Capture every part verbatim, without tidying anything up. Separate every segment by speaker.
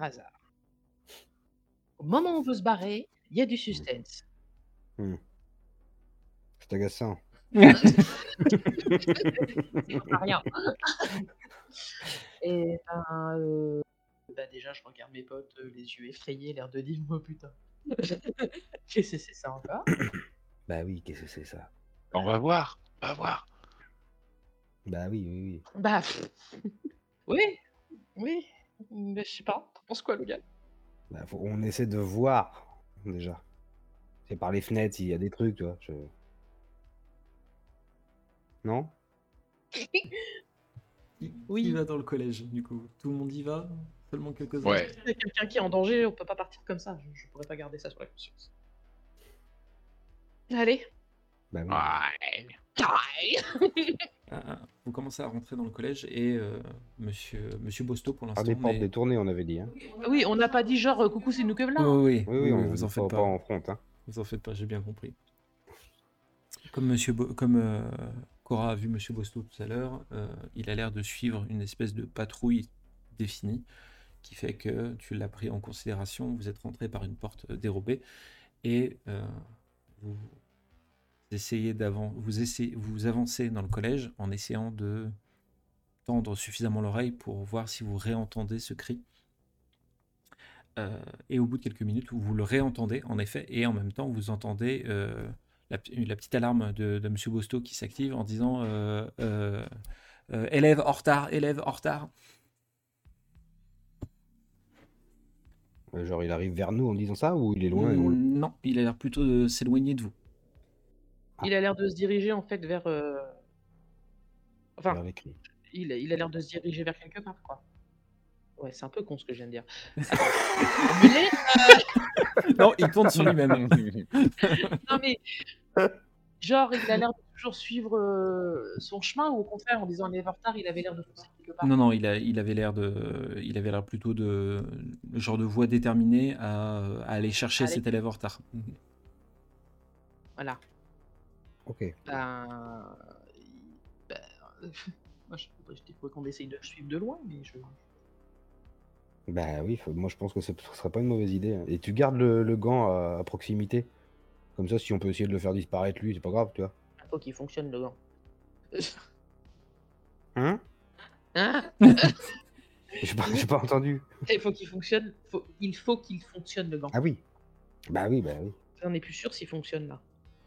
Speaker 1: hasard. Au moment où on veut se barrer, il y a du
Speaker 2: Mmh.
Speaker 1: suspense.
Speaker 2: Mmh. C'est agaçant.
Speaker 1: C'est pas rien. Et ben, heu, bah, déjà, je regarde mes potes, heu, les yeux effrayés, l'air de dire: «Oh putain, qu'est-ce que c'est ça encore?»
Speaker 2: Bah oui, qu'est-ce que c'est ça?
Speaker 3: On va voir, on va voir.
Speaker 2: Bah oui, oui, oui.
Speaker 1: Bah, oui, oui, mais je sais pas, tu en penses quoi, Logan?
Speaker 2: Bah, faut on essaie de voir, déjà. C'est par les fenêtres s'il y a des trucs, tu vois? Je Non?
Speaker 4: Qui
Speaker 1: Oui.
Speaker 4: qui va dans le collège, du coup? Tout le monde y va? Seulement quelques-uns?
Speaker 3: Ouais.
Speaker 1: S'il y a quelqu'un qui est en danger, on peut pas partir comme ça, je je pourrais pas garder ça sur la conscience. Allez.
Speaker 2: Bah oui.
Speaker 3: Ouais.
Speaker 1: Ouais.
Speaker 4: Ah, ah, vous commencez à rentrer dans le collège et heu, monsieur monsieur Bosto, pour
Speaker 2: Par
Speaker 4: l'instant,
Speaker 2: des portes
Speaker 4: n'est
Speaker 2: détournées, on avait dit, hein?
Speaker 1: Oui, on n'a pas dit genre, heu: «Coucou, c'est nous que v'là»,
Speaker 4: Oui,
Speaker 1: hein.
Speaker 4: oui,
Speaker 2: Oui,
Speaker 4: oui,
Speaker 2: oui,
Speaker 4: oui,
Speaker 2: on
Speaker 4: vous en
Speaker 2: dit
Speaker 4: faites
Speaker 2: pas
Speaker 4: pas.
Speaker 2: pas en front, hein.
Speaker 4: Vous en faites pas, j'ai bien compris. Comme monsieur Bo comme, heu, Cora a vu monsieur Bosto tout à l'heure, heu, il a l'air de suivre une espèce de patrouille définie, qui fait que tu l'as pris en considération. Vous êtes rentrés par une porte, heu, dérobée et heu, vous essayez d'avan vous essayez vous avancez dans le collège en essayant de tendre suffisamment l'oreille pour voir si vous réentendez ce cri. Heu et au bout de quelques minutes, vous le réentendez en effet et en même temps vous entendez, heu, la p la petite alarme de de monsieur Bosto qui s'active en disant, heu heu heu: «Élève en retard, élève en retard».
Speaker 2: Heu, genre, il arrive vers nous en disant ça ou il est loin et on le
Speaker 4: Mmh, non, il a l'air plutôt de s'éloigner de vous.
Speaker 2: Ah.
Speaker 1: Il a l'air de se diriger en fait vers, heu enfin,
Speaker 2: Vers les cris.
Speaker 1: il a il a l'air de se diriger vers quelque part, quoi. Ouais, c'est un peu con ce que je viens de dire. Attends, mais heu
Speaker 4: Non, il tourne sur lui-même.
Speaker 1: non mais genre, il a l'air de toujours suivre, heu, son chemin ou au contraire en disant: «Élève en retard», il avait l'air de foncer quelque part?
Speaker 4: Non, non, il a il avait l'air de il avait l'air plutôt de le genre de voix déterminée à, heu, à aller chercher
Speaker 1: Allez.
Speaker 4: cet élève en retard. Mmh mh.
Speaker 1: Voilà.
Speaker 2: OK.
Speaker 1: Ben, il bah, heu, moi je faudrait je faudrait qu'on essaye de le suivre de loin, mais je
Speaker 2: Bah oui, faut moi je pense que ce ce serait pas une mauvaise idée, hein et tu gardes le le gant à à proximité. Comme ça, si on peut essayer de le faire disparaître lui, c'est pas grave, tu vois?
Speaker 1: Il faut qu'il fonctionne le gant.
Speaker 2: Hein?
Speaker 1: Hein?
Speaker 2: J'ai pas j'ai pas entendu.
Speaker 1: Il faut qu'il fonctionne, faut il faut qu'il fonctionne le gant.
Speaker 2: Ah oui. Bah oui, bah oui.
Speaker 1: On n'est plus sûr s'il fonctionne là.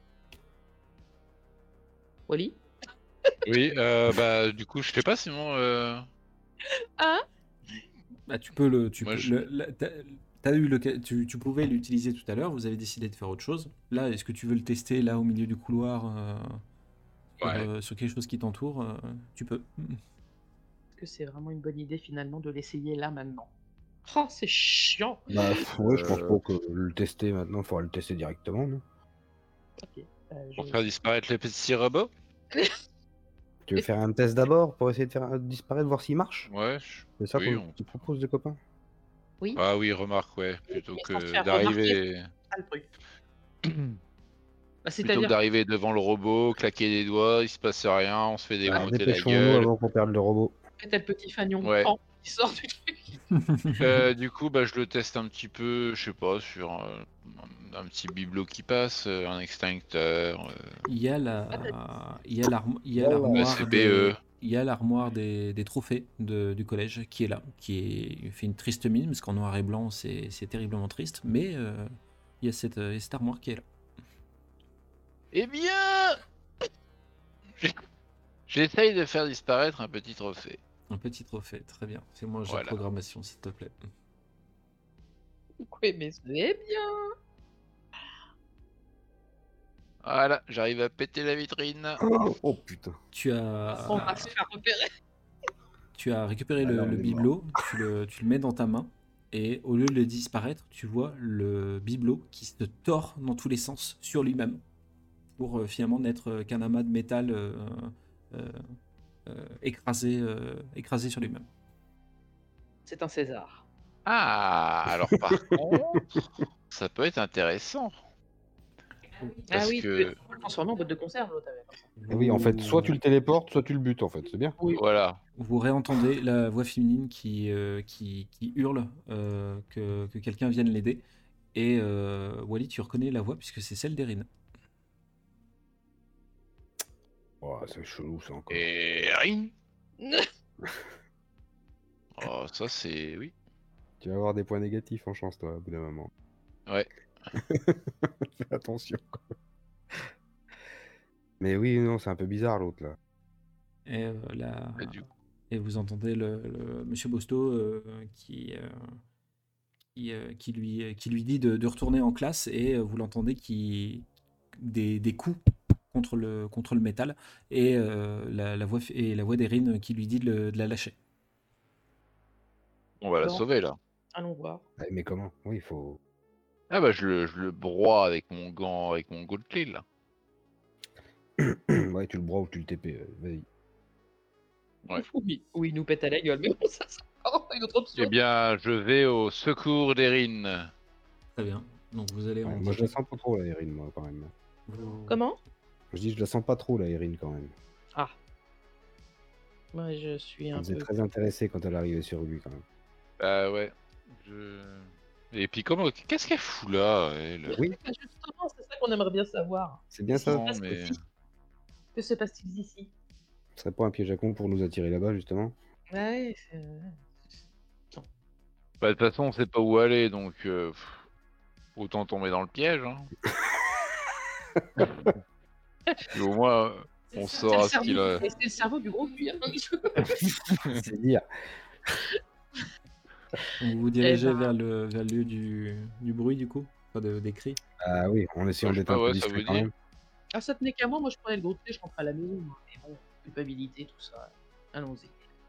Speaker 1: Wally?
Speaker 3: Oui, heu, bah, du coup, je sais pas sinon, heu
Speaker 1: Hein?
Speaker 4: Bah, tu peux le tu
Speaker 3: Moi
Speaker 4: peux
Speaker 3: je
Speaker 4: le la tu as tu as eu l'occa tu tu pouvais l'utiliser tout à l'heure, vous avez décidé de faire autre chose. Là, est-ce que tu veux le tester là au milieu du couloir, heu, sur,
Speaker 3: Ouais.
Speaker 4: heu, sur quelque chose qui t'entoure, heu, tu peux. Mmh mh.
Speaker 1: Est-ce que c'est vraiment une bonne idée finalement de l'essayer là maintenant? Oh, c'est chiant!
Speaker 2: Bah ouais, je pense
Speaker 3: Heu
Speaker 2: pas que le tester maintenant, il faudra le tester directement, non?
Speaker 1: OK, heu, je
Speaker 3: Pour faire disparaître les petits robots?
Speaker 2: Tu veux faire un test d'abord pour essayer de faire, heu, disparaître, voir s'il marche?
Speaker 3: Ouais, ch
Speaker 2: C'est ça
Speaker 3: oui,
Speaker 2: qu'on
Speaker 3: on
Speaker 2: tu
Speaker 3: peut
Speaker 2: proposes, les copains?
Speaker 1: Oui.
Speaker 3: Ah oui, remarque, ouais,
Speaker 1: Mais
Speaker 3: plutôt
Speaker 1: mais sans se
Speaker 3: que
Speaker 1: faire remarquer,
Speaker 3: d'arriver
Speaker 1: c'est ça le truc. Bah,
Speaker 3: plutôt que
Speaker 1: c'est-à-dire
Speaker 3: d'arriver devant le robot, claquer des doigts, il se passe rien, on se fait
Speaker 2: Alors
Speaker 3: démonter la
Speaker 2: dépêchons-nous
Speaker 3: gueule.
Speaker 2: avant qu'on perde le robot.
Speaker 1: et tu as le petit fanion
Speaker 3: Ouais.
Speaker 1: Pan qui sort du truc.
Speaker 3: Heu, du coup, bah, je le teste un petit peu, je sais pas, sur, heu, un un petit bibelot qui passe, heu, un extincteur, heu
Speaker 4: Il y a
Speaker 1: Ah tu as
Speaker 4: la il y a l'armo il y a
Speaker 2: Voilà.
Speaker 3: la
Speaker 4: l'armoire
Speaker 3: C P E.
Speaker 4: des il y a l'armoire des des trophées de du collège qui est là, qui est il fait une triste mine parce qu'en noir et blanc, c'est c'est terriblement triste, mais heu, il y a cette, heu, il y a cette armoire qui est là.
Speaker 3: Eh bien! J'e j'essaye de faire disparaître un petit trophée.
Speaker 4: Un petit trophée, très bien. Fais-moi un jet de
Speaker 3: Voilà.
Speaker 4: programmation, s'il te plaît.
Speaker 1: Oui, mais c'est bien!
Speaker 3: Voilà, j'arrive à péter la vitrine.
Speaker 2: Oh putain!
Speaker 4: Tu
Speaker 1: On va se
Speaker 4: as
Speaker 1: faire repérer.
Speaker 4: tu as récupéré
Speaker 2: Ah là,
Speaker 4: le
Speaker 2: on
Speaker 4: le
Speaker 2: est mort.
Speaker 4: bibelot, tu le tu le mets dans ta main et au lieu de le disparaître, tu vois le bibelot qui se tord dans tous les sens sur lui-même pour, heu, finalement n'être, heu, qu'un amas de métal, heu heu heu, écrasé, heu, écrasé sur lui-même.
Speaker 1: C'est un César.
Speaker 3: Ah! Alors par contre, ça peut être intéressant.
Speaker 1: Ah
Speaker 3: Parce
Speaker 1: oui, tu
Speaker 3: que
Speaker 1: peux le transformer en boîte de conserve, l'autre avec.
Speaker 2: Et oui, en fait, soit tu
Speaker 4: Vous,
Speaker 2: le téléportes, soit tu le butes, en fait. C'est bien.
Speaker 1: Oui.
Speaker 3: voilà.
Speaker 4: vous réentendez la voix féminine qui, euh, qui, qui hurle euh, que, que quelqu'un vienne l'aider. Et euh, Wally, tu reconnais la voix puisque c'est celle d'Erin.
Speaker 2: Oh, c'est chelou, ça encore.
Speaker 3: Et rien. Oh, ça c'est. Oui.
Speaker 2: Tu vas avoir des points négatifs en chance, toi, au bout d'un moment.
Speaker 3: Ouais.
Speaker 2: Fais attention. quoi. Mais oui, non, c'est un peu bizarre, l'autre, là.
Speaker 4: Et, euh, la-
Speaker 3: Bah, du coup.
Speaker 4: et vous entendez le, le Monsieur Bosto euh, qui, euh, qui, euh, qui, lui, qui lui dit de, de retourner en classe et euh, vous l'entendez qui des, des coups contre le, contre le métal et, euh, la, la voix, f- et la voix d'Erin qui lui dit de, le- de la lâcher.
Speaker 3: On va la
Speaker 1: Bon.
Speaker 3: sauver là.
Speaker 1: Allons voir.
Speaker 2: Ouais, mais comment? Oui, il faut.
Speaker 3: Ah bah je le, je le broie avec mon gant, avec mon gold là.
Speaker 2: ouais, tu le broies ou tu le T P. euh, Vas-y.
Speaker 3: Ouais.
Speaker 1: Oui, oui, il nous pète à la gueule, mais bon, ça, c'est encore une autre option.
Speaker 3: Eh bien, je vais au secours d'Erin.
Speaker 4: Très bien. Donc vous allez
Speaker 2: Ouais,
Speaker 4: en
Speaker 2: moi, je la sens pas trop, la Erin, moi, quand même.
Speaker 4: vous-
Speaker 1: Comment?
Speaker 2: Je dis, je la sens pas trop, la Erin, quand même.
Speaker 1: Ah. Moi, je suis
Speaker 2: Elle
Speaker 1: un
Speaker 2: faisait
Speaker 1: peu.
Speaker 2: très intéressée quand elle arrivait sur lui, quand même.
Speaker 3: Bah ouais. Je... Et puis comment, qu'est-ce qu'elle fout là, elle?
Speaker 2: Oui,
Speaker 1: Ah, justement, c'est ça qu'on aimerait bien savoir.
Speaker 2: c'est bien ça.
Speaker 3: Non,
Speaker 1: passe
Speaker 3: mais...
Speaker 1: ici Que se passe-t-il ici?
Speaker 2: Ce serait pas un piège à con pour nous attirer là-bas, justement.
Speaker 1: Ouais, c'est.
Speaker 3: Bah, de toute façon, on sait pas où aller, donc euh, pff, autant tomber dans le piège. Hein. Et au moins, euh, on
Speaker 1: C'est
Speaker 3: saura
Speaker 1: le
Speaker 3: ce qu'il a.
Speaker 1: cerveau- c'est le cerveau du gros cuir.
Speaker 2: C'est dire.
Speaker 4: Donc vous vous dirigez
Speaker 1: Eh ben.
Speaker 4: vers, le, vers le lieu du, du bruit, du coup, enfin de, des cris.
Speaker 2: Ah oui, en essayant
Speaker 3: Ouais, je sais
Speaker 2: d'être
Speaker 3: pas,
Speaker 2: un peu
Speaker 3: ouais, ça
Speaker 2: discret
Speaker 3: vous
Speaker 2: quand
Speaker 3: dit
Speaker 2: même.
Speaker 1: Ah, ça tenait qu'à moi, moi je prenais le gros thé, je rentrais à la maison. Mais bon, culpabilité, tout ça. Allons-y.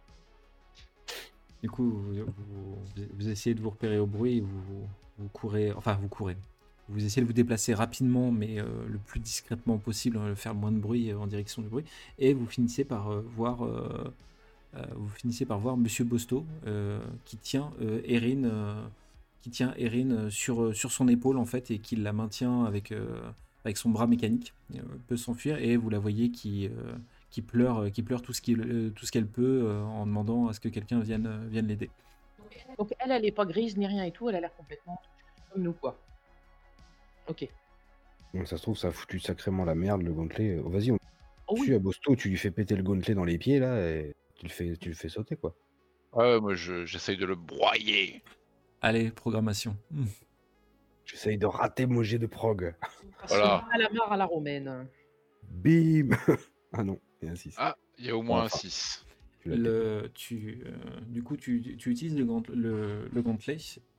Speaker 4: Du coup, vous, vous, vous essayez de vous repérer au bruit, et vous, vous courez, enfin vous courez. Vous essayez de vous déplacer rapidement, mais euh, le plus discrètement possible, hein, faire le moins de bruit euh, en direction du bruit, et vous finissez par euh, voir, euh, euh, vous finissez par voir Monsieur Bosto euh, qui tient euh, Erin, euh, qui tient Erin euh, sur sur son épaule en fait, et qui la maintient avec euh, avec son bras mécanique, euh, peut s'enfuir, et vous la voyez qui euh, qui pleure, euh, qui pleure tout ce qu'il euh, tout ce qu'elle peut euh, en demandant à ce que quelqu'un vienne euh, vienne l'aider.
Speaker 1: Donc elle, elle est pas grise ni rien et tout, elle a l'air complètement comme nous, quoi. Ok.
Speaker 2: Bon, ça se trouve, ça a foutu sacrément la merde, le gantelet. Oh, vas-y, on
Speaker 1: Oh
Speaker 2: tue
Speaker 1: oui.
Speaker 2: à Bosto, tu lui fais péter le gantelet dans les pieds, là, et tu le fais, tu le fais sauter, quoi.
Speaker 3: Ouais, moi je- j'essaye de le broyer.
Speaker 4: Allez, programmation. Hmm.
Speaker 2: J'essaye de rater mon jet de prog.
Speaker 3: Voilà.
Speaker 1: À la mare à la romaine.
Speaker 2: Bim. Ah non, il y a un six.
Speaker 3: Ah, il y a au moins
Speaker 2: Enfin.
Speaker 3: un six.
Speaker 2: Tu l'as pété.
Speaker 4: Le, tu, euh, du coup, tu, tu utilises le, gant- le, le gantelet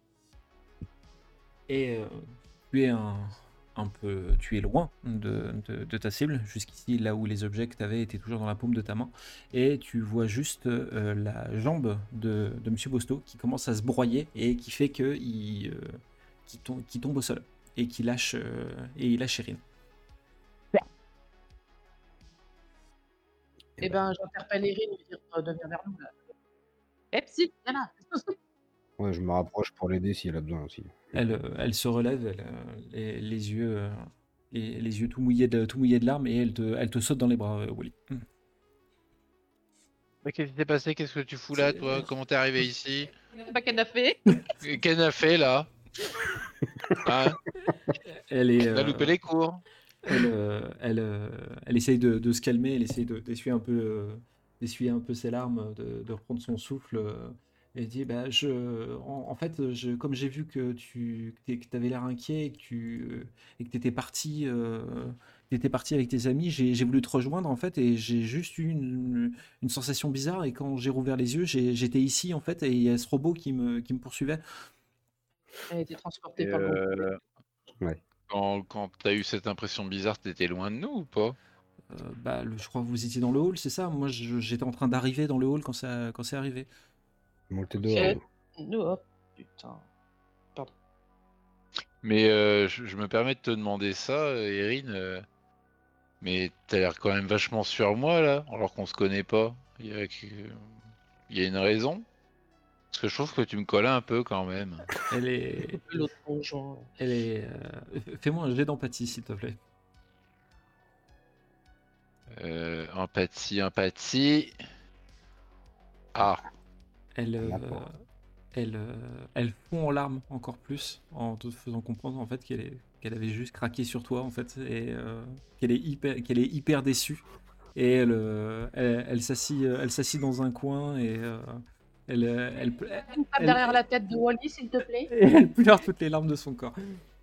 Speaker 4: et euh, tu es un, un peu, tu es loin de, de- de ta cible. Jusqu'ici, là où les objets que tu avais étaient toujours dans la paume de ta main, et tu vois juste euh, la jambe de, de Monsieur Bosto qui commence à se broyer et qui fait que il, euh, qui tombe, qui tombe au sol et qui lâche euh, et il lâche Erin.
Speaker 1: Eh ben, j'interpelle Erin et dire euh, de venir vers nous, là. Eh, psy, viens là.
Speaker 2: Ouais, je me rapproche pour l'aider si elle a besoin aussi.
Speaker 4: Elle, euh, elle se relève, elle, euh, les, les yeux, euh, les, les yeux tout mouillés de, tout mouillés de larmes, et elle te, elle te saute dans les bras, euh, Wally. Hmm.
Speaker 3: Mais qu'est-ce qui s'est passé? Qu'est-ce que tu fous là, toi? Comment t'es arrivé ici?
Speaker 1: C'est pas qu'elle a fait.
Speaker 3: Qu'elle a fait là? Hein?
Speaker 4: Elle est,
Speaker 3: Elle a
Speaker 4: euh,
Speaker 3: loupé les cours.
Speaker 4: elle, euh, elle, euh, elle essaye de, de se calmer, elle essaye de- d'essuyer un peu, euh, d'essuyer un peu ses larmes, de, de reprendre son souffle. euh, et elle dit, bah, je, en, en fait, je, comme j'ai vu que tu que avais l'air inquiet et que tu euh, et que t'étais parti, euh, t'étais parti avec tes amis, j'ai j'ai voulu te rejoindre en fait, et j'ai juste eu une, une sensation bizarre, et quand j'ai rouvert les yeux, j'ai- j'étais ici en fait, et il y a ce robot qui me, qui me poursuivait.
Speaker 1: Elle a été transportée
Speaker 3: Et
Speaker 1: par le groupe.
Speaker 3: euh,
Speaker 2: Ouais.
Speaker 3: quand quand t'as eu cette impression bizarre, t'étais loin de nous ou pas?
Speaker 4: Euh, bah, le- je crois que vous étiez dans le hall, c'est ça? Moi, je- j'étais en train d'arriver dans le hall quand ça, quand c'est arrivé.
Speaker 2: Montez
Speaker 1: Ok.
Speaker 2: dehors.
Speaker 1: Nous, hop, putain. Pardon.
Speaker 3: Mais euh, je, je me permets de te demander ça, euh, Erin. euh, mais t'as l'air quand même vachement sur moi là, alors qu'on se connaît pas. Il y a, que- il y a une raison? Parce que je trouve que tu me collais un peu quand même.
Speaker 4: Elle est,
Speaker 1: L'autre conjoint.
Speaker 4: elle est. euh, Fais-moi un jet d'empathie, s'il te plaît.
Speaker 3: Euh, empathie, empathie. Ah,
Speaker 4: Elle, euh,
Speaker 2: D'accord.
Speaker 4: elle, euh, elle fond en larmes encore plus en te faisant comprendre en fait qu'elle est, qu'elle avait juste craqué sur toi en fait et euh, qu'elle est hyper, qu'elle est hyper déçue. Et elle, euh, elle, elle s'assit, euh, elle s'assit dans un coin et euh, elle, euh, elle, elle,
Speaker 1: Une tape
Speaker 4: elle-
Speaker 1: derrière la tête de Wally, s'il te plaît.
Speaker 4: et elle pleure toutes les larmes de son corps.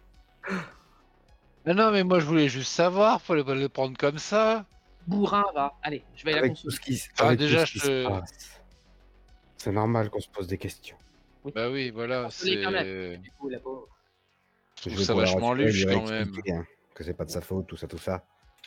Speaker 3: mais non, mais moi je voulais juste savoir, fallait pas le prendre comme ça.
Speaker 1: Bourrin, va. Allez, je vais la
Speaker 2: Avec tout
Speaker 1: consoler.
Speaker 2: ce qui, s-
Speaker 3: Enfin,
Speaker 2: avec tout
Speaker 3: déjà,
Speaker 2: ce qui se
Speaker 3: je-
Speaker 2: passe, c'est normal qu'on se pose des questions.
Speaker 3: Bah oui, voilà,
Speaker 1: Consoler quand même.
Speaker 3: c'est.
Speaker 1: Du coup, la pauvre.
Speaker 3: Je
Speaker 2: Je
Speaker 3: trouve
Speaker 2: vais
Speaker 3: ça
Speaker 2: pour la
Speaker 3: vachement
Speaker 2: rassurer, lui
Speaker 3: luche quand même.
Speaker 2: réexpliquer hein, que c'est pas de sa faute, tout ça, tout ça.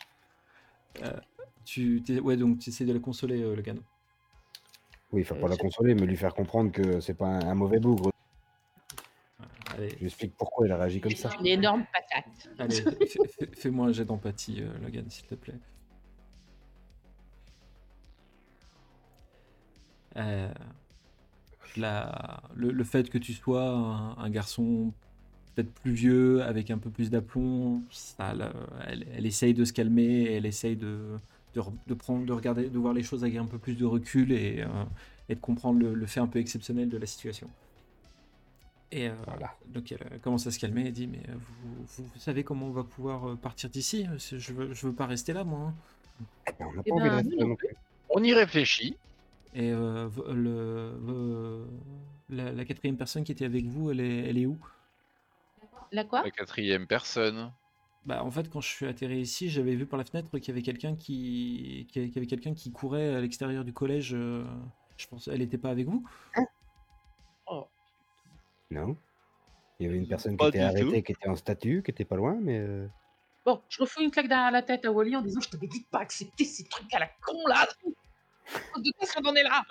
Speaker 4: Tu, t'es- ouais, donc tu essaies de la consoler, euh, Logan.
Speaker 2: Oui, faut
Speaker 1: Euh,
Speaker 2: pas la
Speaker 1: c'est-
Speaker 2: consoler, mais lui faire comprendre que c'est pas un, un mauvais bougre.
Speaker 4: Allez,
Speaker 2: Je lui explique pourquoi il a réagi comme ça.
Speaker 1: Une énorme patate.
Speaker 4: allez fais- fais- fais-moi un jet d'empathie, euh, Logan, s'il te plaît. Euh, la- le, le fait que tu sois un, un garçon peut-être plus vieux, avec un peu plus d'aplomb, ça, la- elle, elle essaye de se calmer, elle essaye de, de, re- de prendre, de regarder, de voir les choses avec un peu plus de recul et, euh, et de comprendre le, le fait un peu exceptionnel de la situation. Et euh,
Speaker 2: Voilà.
Speaker 4: donc elle euh, commence à se calmer et dit mais euh, vous, vous, vous savez comment on va pouvoir euh, partir d'ici? C'est- Je veux, je veux pas rester là moi, hein.
Speaker 2: On n'a
Speaker 1: Eh
Speaker 2: pas envie de
Speaker 1: ben,
Speaker 2: rester
Speaker 1: nous
Speaker 2: là
Speaker 1: non
Speaker 2: non plus.
Speaker 3: On y réfléchit.
Speaker 4: Et euh, v- le, v- la, la quatrième personne qui était avec vous, elle est, elle est où?
Speaker 1: La quoi?
Speaker 3: La quatrième personne.
Speaker 4: Bah, en fait, quand je suis atterri ici, j'avais vu par la fenêtre qu'il y avait quelqu'un qui, qu'il y avait quelqu'un qui courait à l'extérieur du collège. euh, Je pense, elle était pas avec vous?
Speaker 1: Oh.
Speaker 2: Non. Il y avait une personne qui
Speaker 3: Pas
Speaker 2: était
Speaker 3: du
Speaker 2: arrêtée,
Speaker 3: tout.
Speaker 2: qui était en statue, qui était pas loin, mais euh,
Speaker 1: Bon, je refous une claque derrière la tête à Wally en disant je t'avais dit de pas accepter ces trucs à la con là. De quoi ça en est là?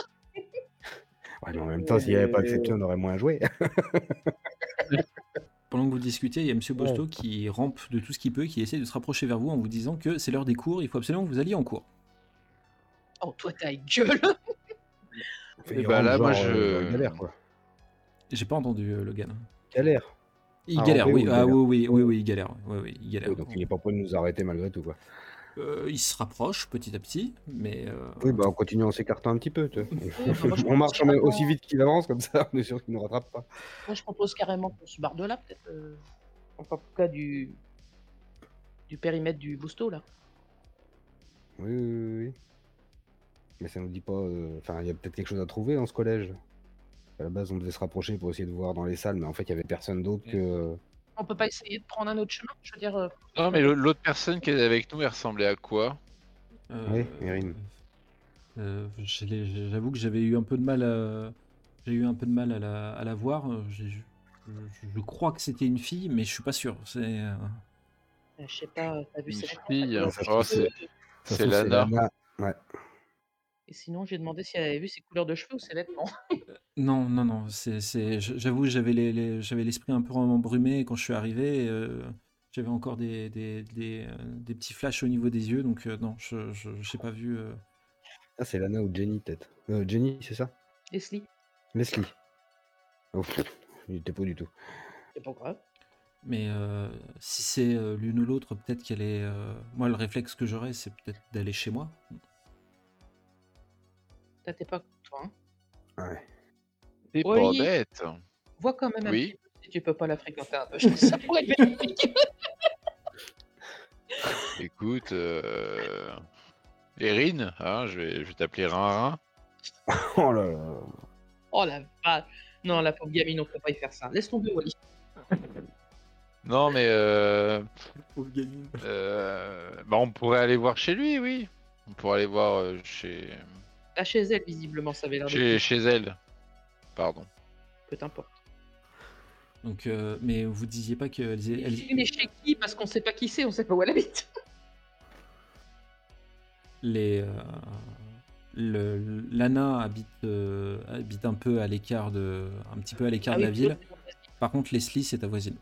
Speaker 2: ouais, mais en même temps, s'il n'y avait pas accepté, on aurait moins joué.
Speaker 4: Pendant que vous discutez, il y a Monsieur Bosto qui rampe de tout ce qu'il peut, qui essaie de se rapprocher vers vous en vous disant que c'est l'heure des cours, il faut absolument que vous alliez en cours.
Speaker 1: Oh, toi, ta gueule.
Speaker 2: Fait, il
Speaker 3: bah
Speaker 2: rentre
Speaker 3: là, moi,
Speaker 2: genre,
Speaker 3: je-
Speaker 2: euh, genre galère, quoi.
Speaker 4: J'ai pas entendu euh, Logan.
Speaker 2: Galère.
Speaker 4: Il
Speaker 2: Ah,
Speaker 4: galère,
Speaker 2: rampé
Speaker 4: oui,
Speaker 2: ou il
Speaker 4: ah,
Speaker 2: galère
Speaker 4: oui, oui, oui, oui, il galère. Oui, oui, il galère.
Speaker 2: Oui, donc il n'est pas prêt de nous arrêter malgré tout, quoi.
Speaker 4: Euh, il se rapproche petit à petit, mais euh,
Speaker 2: Oui, bah on continue en s'écartant un petit peu. Tu vois.
Speaker 1: Oui, bah, moi, je
Speaker 2: on marche
Speaker 1: propose
Speaker 2: en- aussi
Speaker 1: carrément-
Speaker 2: vite qu'il avance, comme ça, on est sûr qu'il ne nous rattrape pas.
Speaker 1: Moi, je propose carrément qu'on se barre de là, peut-être. euh, Enfin, en tout cas, du... du périmètre du Bousto, là.
Speaker 2: Oui, oui, oui, oui. Mais ça nous dit pas. euh, Enfin, il y a peut-être quelque chose à trouver dans ce collège. À la base, on devait se rapprocher pour essayer de voir dans les salles, mais en fait, il y avait personne d'autre que.
Speaker 1: On peut pas essayer de prendre un autre chemin? Je veux dire, euh,
Speaker 3: Non, mais l'au- l'autre personne qui est avec nous, elle ressemblait à quoi?
Speaker 4: euh,
Speaker 2: Oui, Erin.
Speaker 4: euh, je l'ai- j'avoue que j'avais eu un peu de mal à, j'ai eu un peu de mal à la, à la voir. Euh, j'ai- Je, je crois que c'était une fille, mais je suis pas sûr. C'est euh,
Speaker 1: euh, je sais pas, t'as vu
Speaker 3: Une
Speaker 1: ses
Speaker 3: fille.
Speaker 1: vêtements,
Speaker 2: ça se
Speaker 3: Oh,
Speaker 2: trouve,
Speaker 3: c'est
Speaker 2: Ça
Speaker 3: c'est
Speaker 2: se trouve,
Speaker 3: Lana.
Speaker 2: Lana. Ouais.
Speaker 1: Et sinon, j'ai demandé si elle avait vu ses couleurs de cheveux ou ses vêtements.
Speaker 4: non, non, non. C'est, c'est, j'avoue, j'avais les, les- j'avais l'esprit un peu embrumé quand je suis arrivé. euh, j'avais encore des, des, des, euh, des petits flashs au niveau des yeux, donc euh, non, je, je, j'ai pas vu. euh,
Speaker 2: Ah, c'est Lana ou Jenny, peut-être. Euh, Jenny, c'est ça
Speaker 1: Leslie,
Speaker 2: Leslie. Oh, pff, il était pas du tout.
Speaker 1: c'est pas grave.
Speaker 4: Mais euh, si c'est euh, l'une ou l'autre, peut-être qu'elle est. euh, Moi, le réflexe que j'aurais, c'est peut-être d'aller chez moi.
Speaker 1: T'as t'es pas toi, hein.
Speaker 2: Ouais.
Speaker 3: T'es pas
Speaker 1: Oui.
Speaker 3: bête.
Speaker 1: Vois quand même un
Speaker 3: Oui.
Speaker 1: petit peu si tu peux pas la fréquenter un peu. Je pense que ça pourrait être bénéfique.
Speaker 3: Écoute, euh... Erin, hein, je vais, je vais t'appeler Rinrin.
Speaker 2: Oh là là.
Speaker 1: Oh la vache. Non, la pauvre gamine, on peut pas y faire ça. Laisse tomber, Wally.
Speaker 3: Non, mais euh...
Speaker 4: Pauvre gamine.
Speaker 3: euh, bah, on pourrait aller voir chez lui, oui. On pourrait aller voir euh, chez...
Speaker 1: Là, chez elle, visiblement, ça avait l'air
Speaker 3: chez
Speaker 1: de
Speaker 3: chez elle. Pardon.
Speaker 1: peu t'importe.
Speaker 4: Donc, euh, mais vous disiez pas qu'elle
Speaker 1: Et
Speaker 4: elle,
Speaker 1: si une est chez qui? Parce qu'on sait pas qui c'est, on sait pas où elle habite.
Speaker 4: les euh, le Lana habite euh, habite un peu à l'écart de un petit peu à l'écart
Speaker 1: Ah
Speaker 4: de
Speaker 1: oui,
Speaker 4: la ville.
Speaker 1: l'autre, c'est ton voisin.
Speaker 4: Par contre, Leslie, c'est ta voisine.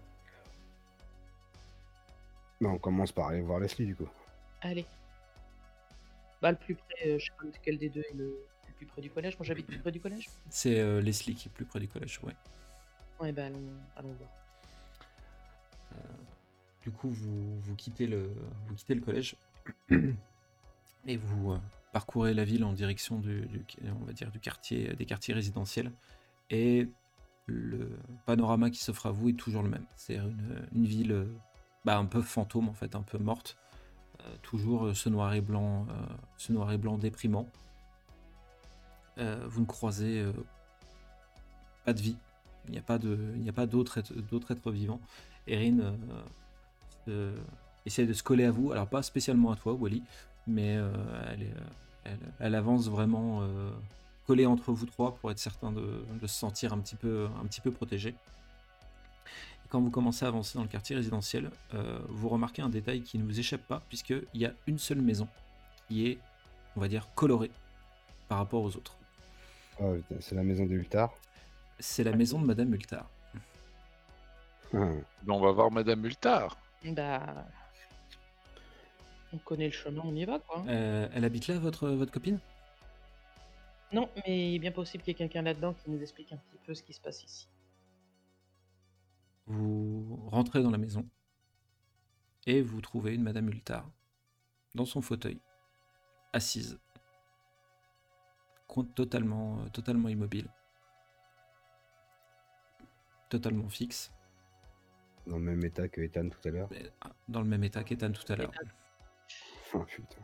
Speaker 2: Bah, on commence par aller voir Leslie, du coup.
Speaker 1: Allez. Bah, le plus près, euh, je sais pas lequel des deux est le, le plus près du collège. Moi, j'habite plus près du collège.
Speaker 4: C'est euh, Leslie qui est plus près du collège, ouais.
Speaker 1: Ouais, bah, allons, allons voir.
Speaker 4: Du coup, vous, vous quittez le vous quittez le collège Et vous euh, parcourez la ville en direction du, du- on va dire, du quartier, des quartiers résidentiels. Et le panorama qui s'offre à vous est toujours le même. C'est une, une ville euh, bah, un peu fantôme, en fait, un peu morte. Euh, toujours euh, ce noir et blanc, euh, ce noir et blanc déprimant. Euh, vous ne croisez euh, pas de vie. Il n'y a pas de, il n'y a pas d'autres êtres, d'autres êtres vivants. Erin euh, euh, essaie de se coller à vous. Alors pas spécialement à toi, Wally, mais euh, elle, est, euh, elle, elle avance vraiment euh, collée entre vous trois pour être certain de, de se sentir un petit peu, un petit peu protégé. Et quand vous commencez à avancer dans le quartier résidentiel, euh, vous remarquez un détail qui ne vous échappe pas, puisqu'il y a une seule maison qui est, on va dire, colorée par rapport aux autres.
Speaker 2: Oh, putain, c'est la maison de Ultar.
Speaker 4: C'est la maison de Madame Multar.
Speaker 2: Hum.
Speaker 3: On va voir Madame Multar.
Speaker 1: Bah. On connaît le chemin, on y va, quoi.
Speaker 4: Euh, elle habite là, votre, votre copine?
Speaker 1: Non, mais il est bien possible qu'il y ait quelqu'un là-dedans qui nous explique un petit peu ce qui se passe ici.
Speaker 4: Vous rentrez dans la maison et vous trouvez une Madame Multar dans son fauteuil, assise, con- totalement, euh, totalement immobile, totalement fixe,
Speaker 2: Dans le même état que Ethan tout à l'heure.
Speaker 4: et, ah, dans le même état qu'Ethan tout à l'heure.
Speaker 2: Oh putain.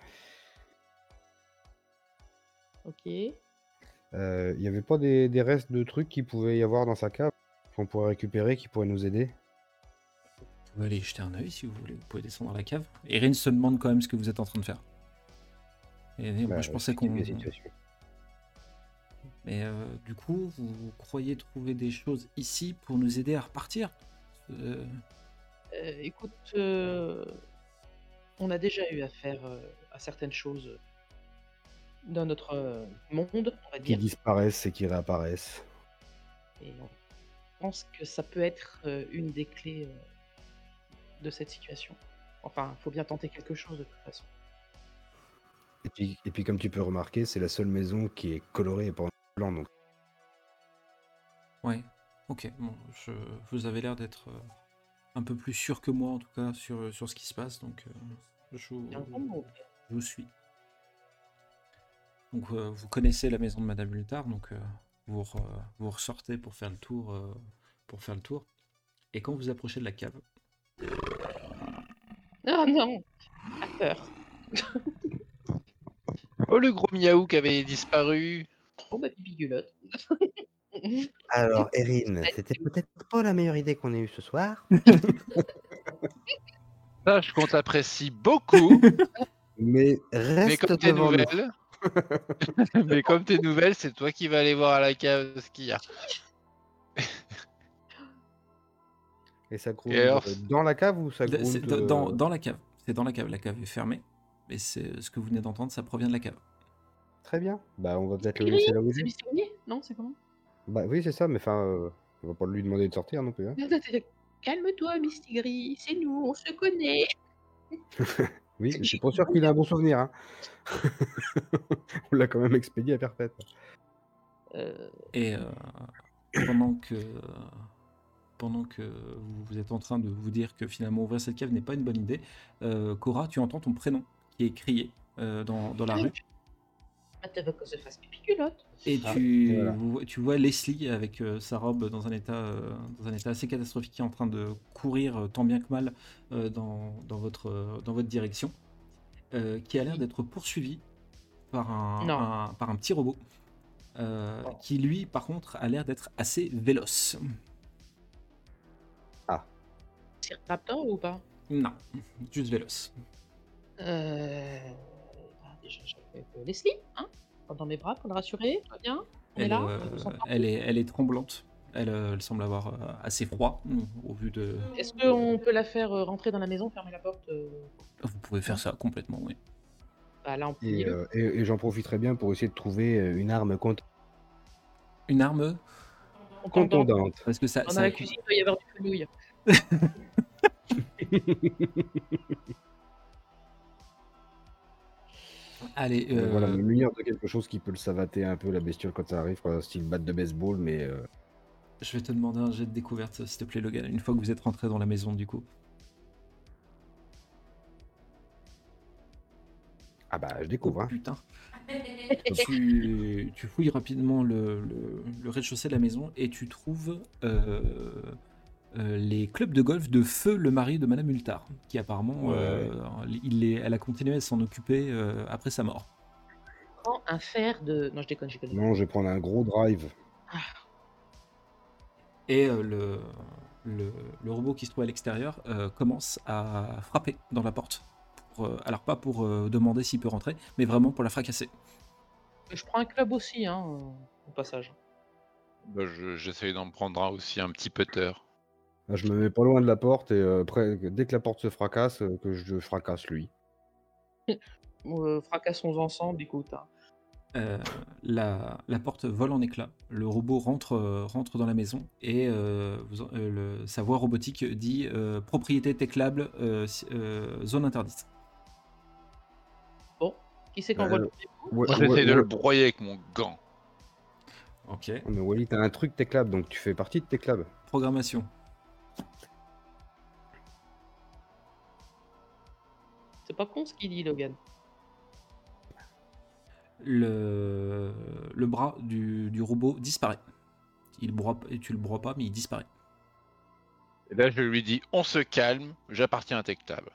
Speaker 1: Ok.
Speaker 2: Il euh, y avait pas des, des restes de trucs qu'il pouvait y avoir dans sa cave qu'on pourrait récupérer, qui pourraient nous aider?
Speaker 4: Vous pouvez aller y jeter un œil si vous voulez, vous pouvez descendre à la cave. Erin se demande quand même ce que vous êtes en train de faire. Et moi
Speaker 2: Bah,
Speaker 4: je pensais
Speaker 2: explique
Speaker 4: qu'on...
Speaker 2: la situation.
Speaker 4: Mais euh, du coup, vous croyez trouver des choses ici pour nous aider à repartir? Euh,
Speaker 1: Euh, écoute, euh, on a déjà eu affaire euh, à certaines choses dans notre euh, monde, on va
Speaker 2: Qui
Speaker 1: dire.
Speaker 2: disparaissent et qui réapparaissent.
Speaker 1: Et on pense que ça peut être euh, une des clés euh, de cette situation. Enfin, il faut bien tenter quelque chose de toute façon.
Speaker 2: Et puis, et puis comme tu peux remarquer, c'est la seule maison qui est colorée et pas en blanc. Donc
Speaker 4: Ouais, ok. Bon, je, vous avez l'air d'être euh, un peu plus sûr que moi, en tout cas, sur, sur ce qui se passe, donc euh, je, vous-
Speaker 1: Il y a un grand mot.
Speaker 4: je vous suis. Donc, euh, vous connaissez la maison de Madame Multar, donc euh, vous, re- vous ressortez pour faire le tour, euh, pour faire le tour. Et quand vous approchez de la cave,
Speaker 1: Ah non, à peur.
Speaker 3: Oh, le gros miaou qui avait disparu.
Speaker 1: Oh bah pipi-culotte.
Speaker 2: alors, Erin, c'était peut-être pas la meilleure idée qu'on ait eue ce soir.
Speaker 3: Sache qu'on t'apprécie beaucoup,
Speaker 2: Mais
Speaker 3: mais
Speaker 2: reste
Speaker 3: comme t'es
Speaker 2: devant nous.
Speaker 3: nouvelle, mais comme t'es nouvelle, c'est toi qui vas aller voir à la cave ce qu'il y a.
Speaker 2: Et ça gronde
Speaker 3: Et alors,
Speaker 2: euh, dans la cave ou ça
Speaker 4: d- c'est
Speaker 2: gronde
Speaker 4: dans, dans-
Speaker 2: euh,
Speaker 4: dans la cave. C'est dans la cave. La cave est fermée. Mais c'est ce que vous venez d'entendre, ça provient de la cave.
Speaker 2: Très bien. Bah, on va peut-être le
Speaker 1: Gris,
Speaker 2: laisser là où il
Speaker 1: c'est
Speaker 2: est.
Speaker 1: Mistigris? Non, c'est comment?
Speaker 2: Bah oui, c'est ça, mais enfin, euh, on va pas lui demander de sortir non plus. Hein.
Speaker 1: Calme-toi, Mistigris, c'est nous, on se connaît.
Speaker 2: Oui, je suis pas sûr qu'il ait un bon souvenir. Hein. On l'a quand même expédié à perpète.
Speaker 1: Euh,
Speaker 4: Et euh, pendant que pendant que vous vous êtes en train de vous dire que finalement ouvrir cette cave n'est pas une bonne idée, euh, Cora, tu entends ton prénom qui est crié euh, dans, dans la rue.
Speaker 1: Ah, t'as pas qu'on se fasse pipi-culotte.
Speaker 4: Et
Speaker 2: Ah,
Speaker 4: tu,
Speaker 2: et voilà.
Speaker 4: vous- tu vois Leslie avec euh, sa robe dans un, état, euh, dans un état assez catastrophique qui est en train de courir euh, tant bien que mal euh, dans, dans, votre, euh, dans votre direction, euh, qui a l'air d'être poursuivi par un,
Speaker 1: Non.
Speaker 4: un- par un petit robot euh,
Speaker 1: Oh.
Speaker 4: qui lui par contre a l'air d'être assez véloce.
Speaker 1: C'est Raptor ou pas?
Speaker 4: Non, juste véloce.
Speaker 1: Euh... bah, déjà, j'avais euh, Leslie, hein, dans mes bras pour le rassurer, tout va bien. On est
Speaker 4: Elle,
Speaker 1: là,
Speaker 4: euh,
Speaker 1: on s'entend.
Speaker 4: elle, est, elle est tremblante. Elle, euh, elle semble avoir euh, assez froid mm, au vu de...
Speaker 1: Est-ce qu'on peut la faire euh, rentrer dans la maison, fermer la porte euh,
Speaker 4: Vous pouvez faire ça complètement, oui.
Speaker 1: Bah là, on peut
Speaker 2: Et, euh, et, et j'en profiterai bien pour essayer de trouver euh, une arme cont-
Speaker 4: Une arme,
Speaker 2: contondante.
Speaker 4: parce que ça...
Speaker 1: Dans
Speaker 4: ça
Speaker 1: la cuisine, il doit y avoir du fenouil.
Speaker 4: Allez,
Speaker 2: Euh,
Speaker 4: euh,
Speaker 2: Voilà, me munir de quelque chose qui peut le savater un peu la bestiole quand ça arrive, quoi, style batte de baseball, mais euh,
Speaker 4: je vais te demander un jet de découverte, s'il te plaît, Logan, une fois que vous êtes rentré dans la maison, du coup.
Speaker 2: Ah bah, je
Speaker 4: Oh
Speaker 2: découvre, hein.
Speaker 4: putain. Tu, tu fouilles rapidement le, le- le rez-de-chaussée de la maison et tu trouves euh, euh, les clubs de golf de Feu, le mari de Madame Hultard, qui apparemment,
Speaker 2: Ouais.
Speaker 4: euh, il est, elle a continué à s'en occuper euh, après sa mort.
Speaker 1: Prends un fer de. Non, je déconne, je déconne.
Speaker 2: Non, je vais prendre un gros drive.
Speaker 4: Et euh, le, le, le robot qui se trouve à l'extérieur euh, commence à frapper dans la porte. Pour, euh, alors pas pour euh, demander s'il peut rentrer, mais vraiment pour la fracasser.
Speaker 1: Je prends un club aussi, hein, au passage.
Speaker 3: Bah, je- j'essaye d'en prendre un aussi, un petit putter.
Speaker 2: Là, je me mets pas loin de la porte et euh, après, dès que la porte se fracasse, euh, que je fracasse lui.
Speaker 1: Euh, fracassons ensemble, écoute. hein.
Speaker 4: Euh, la, la porte vole en éclats. Le robot rentre, euh, rentre dans la maison et euh, vous en- euh, le- sa voix robotique dit euh, propriété téclable, euh, si- euh, zone interdite.
Speaker 1: Bon, qui c'est qu'on
Speaker 2: Euh,
Speaker 1: voit le premier coup
Speaker 2: Ouais,
Speaker 3: Moi,
Speaker 2: ouais,
Speaker 3: j'essaie de le
Speaker 2: ouais.
Speaker 3: broyer avec mon gant.
Speaker 4: Ok.
Speaker 2: Mais Wally, t'as un truc Teclab, donc tu fais partie de Teclab.
Speaker 4: Programmation.
Speaker 1: C'est pas con ce qu'il dit, Logan.
Speaker 4: Le, le bras du, du robot disparaît. Il broie, et tu le broies pas, mais il disparaît.
Speaker 3: Et là, je lui dis, on se calme, j'appartiens à TechTab.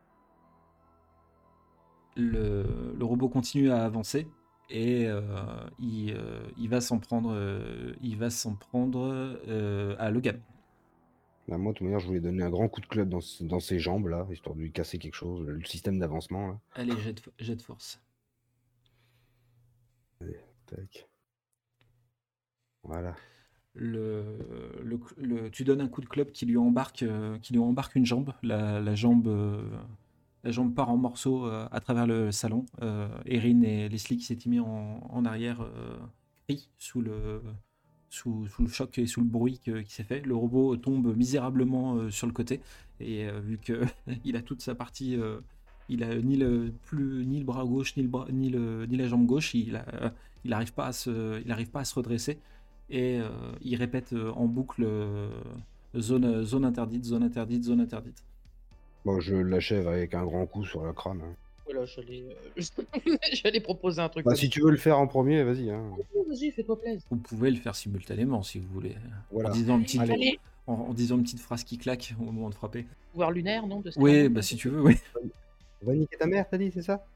Speaker 4: Le, le robot continue à avancer et euh, il, euh, il va s'en prendre, euh, il va s'en prendre euh, à Logan.
Speaker 2: Bah, moi, de toute manière, je voulais donner un grand coup de club dans, ce- dans ses jambes, là, histoire de lui casser quelque chose, le système d'avancement, là.
Speaker 4: Allez, jet de, jet de force.
Speaker 2: Tac. Voilà.
Speaker 4: Le, le- le- tu donnes un coup de club qui lui embarque, euh, qui lui embarque une jambe. La, la jambe, euh, la jambe part en morceaux euh, à travers le salon. Euh, Erin et Leslie qui s'étaient mis en, en arrière euh, crient sous le, sous, sous le choc et sous le bruit que- qui s'est fait. Le robot tombe misérablement euh, sur le côté et euh, vu que il a toute sa partie, euh, il a ni le plus ni le bras gauche ni le bras, ni le ni la jambe gauche. Il a, il n'arrive pas à se, il arrive pas à se redresser. Et euh, il répète euh, en boucle euh, zone, zone interdite, zone interdite, zone interdite.
Speaker 2: Bon, je l'achève avec un grand coup sur le crâne. hein.
Speaker 1: Voilà, j'allais euh, j'allais proposer un truc
Speaker 2: Bah,
Speaker 1: comme
Speaker 2: si tu veux le faire en premier, vas-y. Hein.
Speaker 1: ça. Vas-y, fais-toi plaisir.
Speaker 4: Vous pouvez le faire simultanément si vous voulez.
Speaker 2: Voilà.
Speaker 4: En, disant une petite,
Speaker 2: Allez.
Speaker 1: Allez,
Speaker 4: en, en disant une petite phrase qui claque au moment de frapper.
Speaker 1: pouvoir lunaire, non de ce
Speaker 4: Oui,
Speaker 1: canon,
Speaker 4: bah
Speaker 1: non
Speaker 4: si tu veux, oui.
Speaker 2: Va niquer ta mère, t'as dit, c'est ça?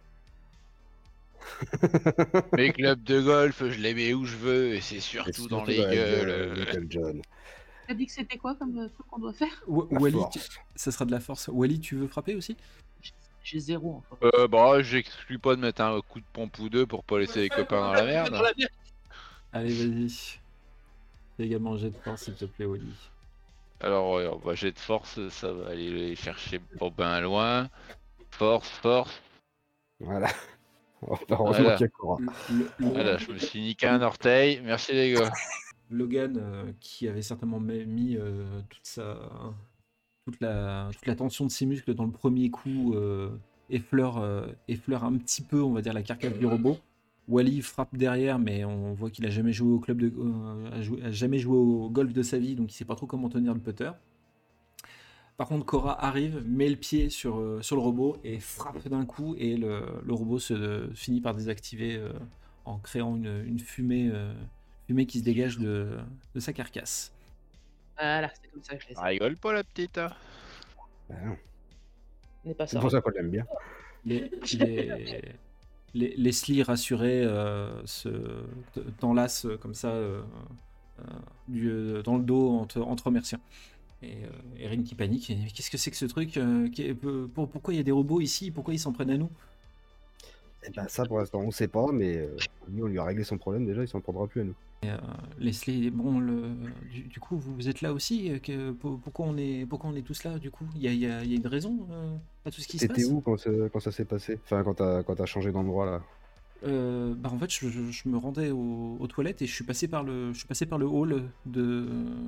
Speaker 3: Mes clubs de golf, je les mets où je veux, et c'est
Speaker 2: Et
Speaker 3: surtout
Speaker 2: surtout
Speaker 3: dans les
Speaker 2: dans la
Speaker 3: gueules.
Speaker 2: gueule,
Speaker 3: euh.
Speaker 2: Little John.
Speaker 1: T'as dit que c'était quoi comme euh, truc qu'on doit faire
Speaker 4: Wa-
Speaker 2: La
Speaker 4: Wally,
Speaker 2: force.
Speaker 4: tu- ça sera de la force. Wally, tu veux frapper aussi?
Speaker 1: J'ai zéro en fait.
Speaker 3: Euh, bah, j'exclus pas de mettre un coup de pompe ou deux pour pas laisser les copains dans la merde.
Speaker 1: Dans la merde.
Speaker 4: Allez, vas-y. Fais également un jet de force, s'il te plaît, Wally.
Speaker 3: Alors, ouais, on va jet de force, ça va aller les chercher pas bien loin. Force, force.
Speaker 2: Voilà. Heureusement
Speaker 3: Voilà.
Speaker 2: qu'il y a Cora.
Speaker 4: Le- le- le-
Speaker 3: Voilà, je me suis niqué un orteil. Merci les gars.
Speaker 4: Logan, euh, qui avait certainement mis mis, euh, toute sa, toute la, toute la tension de ses muscles dans le premier coup, euh, effleure, euh, effleure un petit peu, on va dire, la carcasse du robot. Wally frappe derrière, mais on voit qu'il a jamais joué au club de, euh, a joué- a jamais joué au golf de sa vie, donc il sait pas trop comment tenir le putter. Par contre, Cora arrive, met le pied sur, euh, sur le robot et frappe d'un coup, et le, le robot se finit par désactiver euh, en créant une, une fumée, euh, fumée qui se dégage de, de sa carcasse.
Speaker 1: Voilà, c'est comme ça que je les ai.
Speaker 3: Rigole pas la petite. Hein.
Speaker 2: Bah non.
Speaker 1: N'est pas
Speaker 2: C'est
Speaker 1: ça.
Speaker 2: pour ça qu'on l'aime bien.
Speaker 4: Les, les, les- Leslie, rassurée, euh, se t- t'enlace euh, comme ça euh, euh, du, euh, dans le dos en te, en te remerciant. Et euh, Erin qui panique, et, qu'est-ce que c'est que ce truc euh, qui est- pour- Pourquoi il y a des robots ici? Pourquoi ils s'en prennent à nous?
Speaker 2: Eh ben, ça, pour l'instant, on sait pas, mais euh, nous, on lui a réglé son problème. Déjà, il s'en prendra plus à nous.
Speaker 4: Leslie, bon, le, du, du coup, vous, vous êtes là aussi euh, que, pour- pourquoi, on est, pourquoi on est tous là, du coup? Il y a, il y a- il y a une raison euh, à tout ce qui se passe?
Speaker 2: T'étais où quand, ça- quand ça s'est passé? Enfin, quand t'as quand t'as changé d'endroit, là.
Speaker 4: Euh, bah en fait, je, je- je me rendais au- aux toilettes et je suis passé par le, je suis passé par le hall de,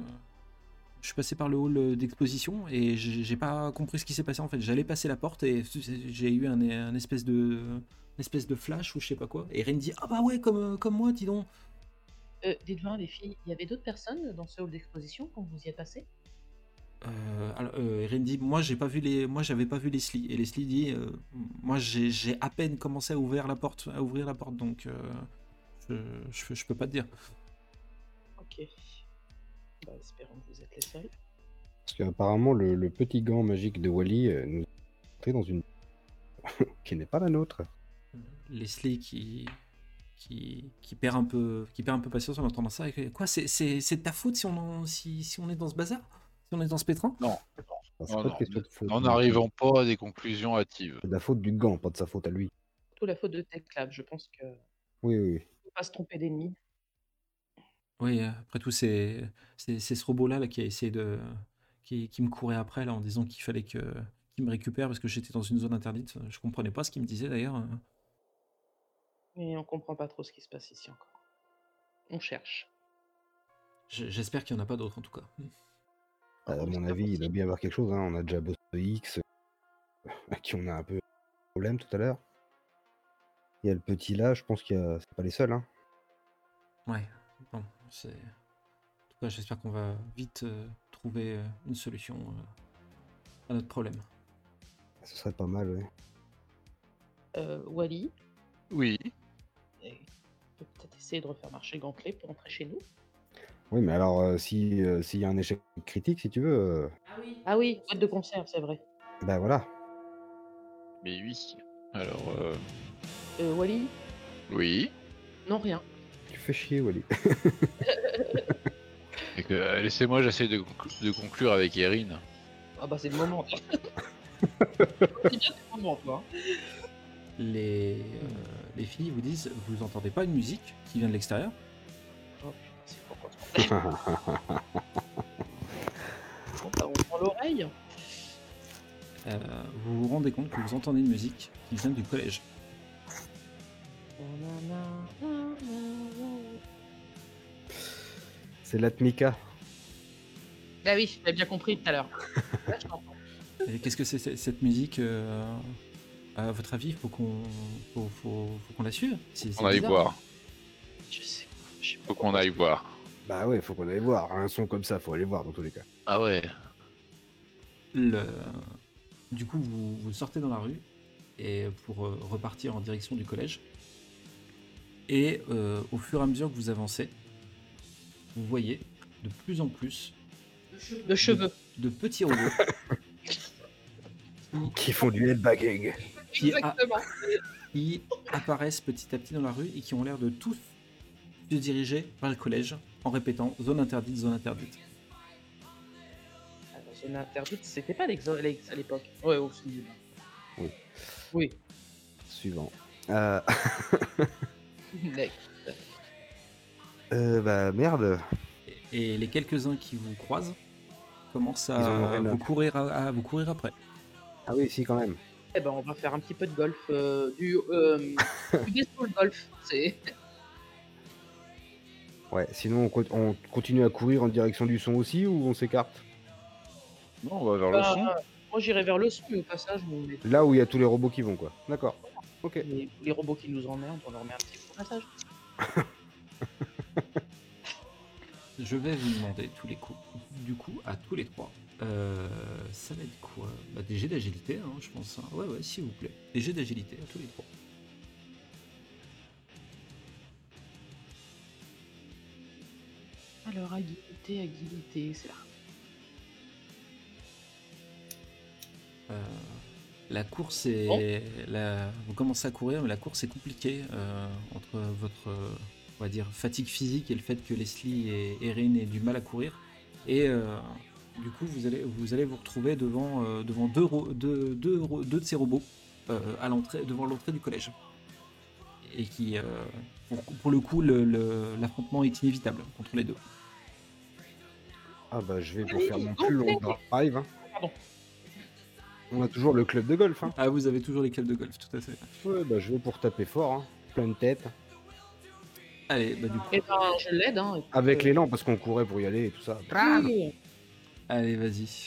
Speaker 4: je suis passé par le hall d'exposition et j'ai j'ai pas compris ce qui s'est passé en fait. J'allais passer la porte et j'ai eu un, un espèce de, une espèce de flash ou je sais pas quoi. Et Ren dit ah bah ouais comme comme moi dis donc.
Speaker 1: Euh, Dites-moi, les filles, il y avait d'autres personnes dans ce hall d'exposition quand vous y êtes passé
Speaker 4: Euh, alors, euh, Erin dit, moi j'ai pas vu les, moi j'avais pas vu Leslie. Et Leslie dit, euh, moi j'ai j'ai à peine commencé à ouvrir la porte, à ouvrir la porte, donc euh, je, je, je peux pas te dire.
Speaker 1: Ok. Bah, espérons que vous êtes les seuls.
Speaker 2: Parce qu'apparemment, le, le petit gant magique de Wally euh, nous a entré dans une qui n'est pas la nôtre.
Speaker 4: Leslie qui, qui, qui perd un peu, qui perd un peu patience en entendant ça. Et quoi, c'est, c'est, c'est de ta faute si on, en- si, si on est dans ce bazar, si on est dans ce pétrin.
Speaker 3: Non,
Speaker 2: Enfin, c'est
Speaker 3: non,
Speaker 2: pas
Speaker 3: non.
Speaker 2: de question de faute.
Speaker 3: En
Speaker 2: mais
Speaker 3: n'arrivant pas à des conclusions hâtives.
Speaker 2: C'est de la faute du gant, pas de sa faute à lui.
Speaker 1: Tout la faute de Teclab, je pense que
Speaker 2: Oui, oui, oui.
Speaker 1: faut pas se tromper d'ennemi.
Speaker 4: Oui, euh, après tout, c'est, c'est, c'est ce robot-là là, qui a essayé de, qui, qui me courait après là en disant qu'il fallait que, qu'il me récupère parce que j'étais dans une zone interdite. Je comprenais pas ce qu'il me disait d'ailleurs.
Speaker 1: Mais on comprend pas trop ce qui se passe ici encore. On cherche.
Speaker 4: J- J'espère qu'il y en a pas d'autres en tout cas.
Speaker 2: À
Speaker 1: Oh,
Speaker 2: mon
Speaker 1: c'est
Speaker 2: avis, il doit
Speaker 1: impossible.
Speaker 2: bien y avoir quelque chose. Hein. On a déjà bossé X, à qui on a un peu problème tout à l'heure. Il y a le petit là, je pense qu'il y a... c'est pas les seuls. Hein.
Speaker 4: Ouais, bon, c'est. En tout cas, j'espère qu'on va vite euh, trouver euh, une solution euh, à notre problème.
Speaker 2: Ce serait pas mal, ouais.
Speaker 1: Euh, Wally,
Speaker 3: Oui.
Speaker 1: eh, on peut peut-être essayer de refaire marcher le Gantelet pour entrer chez nous.
Speaker 2: Oui, mais alors, euh, si euh, s'il y a un échec critique, si tu veux, euh,
Speaker 1: Ah oui, boîte de conserve, c'est vrai.
Speaker 2: bah voilà.
Speaker 3: Mais oui. Alors, euh,
Speaker 1: Euh, Wally,
Speaker 3: oui.
Speaker 1: non rien.
Speaker 2: Tu fais chier, Wally.
Speaker 3: Et que, euh, laissez-moi, j'essaie de, conclu- de conclure avec Erin.
Speaker 1: Ah bah c'est le moment. C'est bien le moment, toi.
Speaker 4: Les, euh, les filles vous disent, vous entendez pas une musique qui vient de l'extérieur?
Speaker 1: Oh putain, c'est fort quand on bah, on prend l'oreille.
Speaker 4: Euh, vous vous rendez compte que vous entendez une musique qui vient du collège.
Speaker 2: C'est l'Atmika.
Speaker 1: Bah oui, j'avais bien compris tout à l'heure. Là, je t'entends.
Speaker 4: Et qu'est-ce que c'est c'est- cette musique euh, à votre avis, faut qu'on faut, faut, faut qu'on la suive? C'est- c'est
Speaker 3: On aille
Speaker 4: bizarre.
Speaker 3: voir.
Speaker 1: Je sais pas. Je sais pas
Speaker 3: Faut qu'on aille voir.
Speaker 2: Bah ouais, faut qu'on aille voir. Un son comme ça, faut aller voir dans tous les cas.
Speaker 3: Ah ouais.
Speaker 4: Le... Du coup, vous, vous sortez dans la rue et pour euh, repartir en direction du collège. Et euh, au fur et à mesure que vous avancez, vous voyez de plus en plus
Speaker 1: de cheveux.
Speaker 4: de petits robots
Speaker 2: Qui font du headbanging.
Speaker 4: qui, a-
Speaker 1: Exactement.
Speaker 4: qui apparaissent petit à petit dans la rue et qui ont l'air de tous se diriger vers le collège en répétant zone interdite, zone interdite.
Speaker 1: Ah, la zone interdite, c'était pas l'exo- l'ex à l'époque. Ouais, aussi.
Speaker 2: Oui.
Speaker 1: Oui.
Speaker 2: Suivant. Euh...
Speaker 1: Next.
Speaker 2: euh, bah merde.
Speaker 4: Et les quelques-uns qui vous croisent commencent
Speaker 2: Ils en ont
Speaker 4: à
Speaker 2: rien à
Speaker 4: vous
Speaker 2: faire.
Speaker 4: courir, à, à vous courir après.
Speaker 2: Ah oui, si, quand même.
Speaker 1: Eh ben, on va faire un petit peu de golf. euh, du euh, du baseball golf. C'est.
Speaker 2: Ouais, sinon on, co- on continue à courir en direction du son aussi ou on s'écarte?
Speaker 3: Non, on va vers le
Speaker 1: Bah,
Speaker 3: son.
Speaker 1: moi, j'irai vers le son, mais au passage, on met
Speaker 2: Là où il y a tous les robots qui vont, quoi. D'accord. Ok.
Speaker 1: les, les robots qui nous emmerdent, on leur met un petit peu au passage.
Speaker 4: Je vais vous demander tous les coups, du coup, à tous les trois. Euh, ça va être quoi? Bah, des jets d'agilité, hein, je pense. hein. Ouais, ouais, s'il vous plaît. Des jets d'agilité à tous les trois.
Speaker 1: Alors, agilité, agilité, c'est là.
Speaker 4: Euh, la course est. la- Vous commencez à courir, mais la course est compliquée euh, entre votre, euh, on va dire, fatigue physique et le fait que Leslie et Erin aient du mal à courir. Et euh, du coup, vous allez vous, allez vous retrouver devant, euh, devant deux, ro- deux, deux, ro- deux de ces robots euh, à l'entrée, devant l'entrée du collège. Et qui, euh, pour, pour le coup, le- le- l'affrontement est inévitable entre les deux.
Speaker 2: Ah bah je vais pour
Speaker 1: Allez,
Speaker 2: faire mon
Speaker 1: go,
Speaker 2: plus long
Speaker 1: play.
Speaker 2: drive. Hein.
Speaker 1: Pardon.
Speaker 2: On a toujours le club de golf. Hein.
Speaker 4: Ah, vous avez toujours les clubs de golf, tout à fait.
Speaker 2: Ouais, bah je vais pour taper fort. Hein. Plein de tête.
Speaker 4: Allez, bah du coup,
Speaker 1: Eh ben, je l'aide, hein. écoute,
Speaker 2: Avec
Speaker 1: euh,
Speaker 2: l'élan parce qu'on courait pour y aller et tout ça.
Speaker 1: oui.
Speaker 4: allez, vas-y.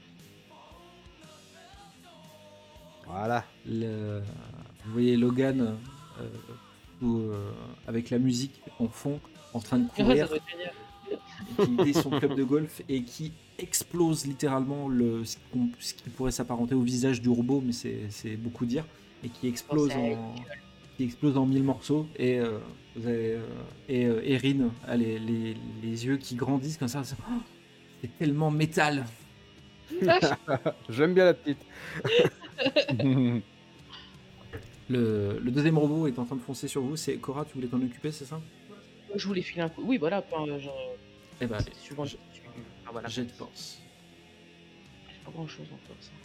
Speaker 2: Voilà.
Speaker 4: Le- Vous voyez Logan euh, où, euh, avec la musique en fond, en train de
Speaker 1: Ça
Speaker 4: courir,
Speaker 1: doit être génial.
Speaker 4: qui est son club de golf et qui explose littéralement le, ce, qu'on- ce qui pourrait s'apparenter au visage du robot, mais c'est c'est beaucoup dire, et qui explose
Speaker 1: c'est
Speaker 4: en, qui explose en mille morceaux. Et euh, vous avez, euh, et euh, Erin a les, les, les yeux qui grandissent comme ça. C'est oh, c'est tellement métal.
Speaker 2: J'aime bien la petite.
Speaker 4: Le, le deuxième robot est en train de foncer sur vous. C'est Cora, tu voulais t'en occuper, c'est ça?
Speaker 1: Je voulais filer un coup. Oui, voilà. Enfin, je...
Speaker 4: Eh ben,
Speaker 1: c'est suivant.
Speaker 4: je-
Speaker 1: Ah, voilà.
Speaker 4: jet de force.
Speaker 1: Pas grand chose encore ça.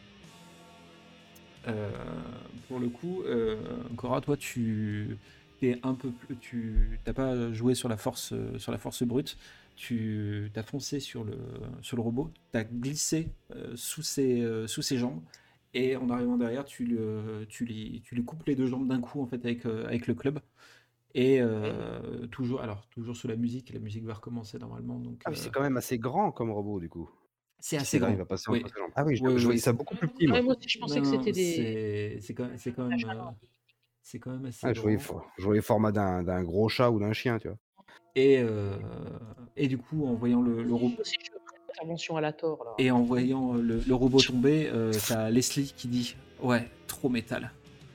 Speaker 4: Euh, pour le coup, euh, Cora, toi, tu es un peu plus, tu t'as pas joué sur la force, euh, sur la force brute. Tu t'as foncé sur le sur le robot, t'as glissé euh, sous ses euh, sous ses jambes, et en arrivant derrière, tu le tu lui tu lui coupes les deux jambes d'un coup en fait avec euh, avec le club. Et euh, toujours alors toujours sous la musique. La musique va recommencer normalement, donc
Speaker 2: Ah, mais
Speaker 4: euh,
Speaker 2: c'est quand même assez grand comme robot, du coup.
Speaker 4: c'est
Speaker 2: Si
Speaker 4: assez
Speaker 2: il arrive
Speaker 4: grand.
Speaker 2: à passer
Speaker 4: Oui.
Speaker 2: entre ses jambes. Ah oui, je,
Speaker 4: Oui,
Speaker 2: je
Speaker 4: oui,
Speaker 2: voyais
Speaker 4: oui,
Speaker 2: ça
Speaker 4: c'est-
Speaker 2: beaucoup plus petit, moi.
Speaker 1: Ouais, moi aussi, je pensais
Speaker 4: Non,
Speaker 1: que
Speaker 4: non,
Speaker 1: c'était des.
Speaker 4: c'est c'est quand, c'est quand même euh, c'est quand même assez
Speaker 2: Ah, je, voyais,
Speaker 4: grand.
Speaker 2: fo- je voyais le format d'un d'un gros chat ou d'un chien, tu vois.
Speaker 4: Et, euh, et du coup, en voyant le, le robot
Speaker 1: Moi aussi, je fais une intervention à la tort là.
Speaker 4: et en voyant le, le robot tomber, euh, t'as Leslie qui dit ouais, trop métal.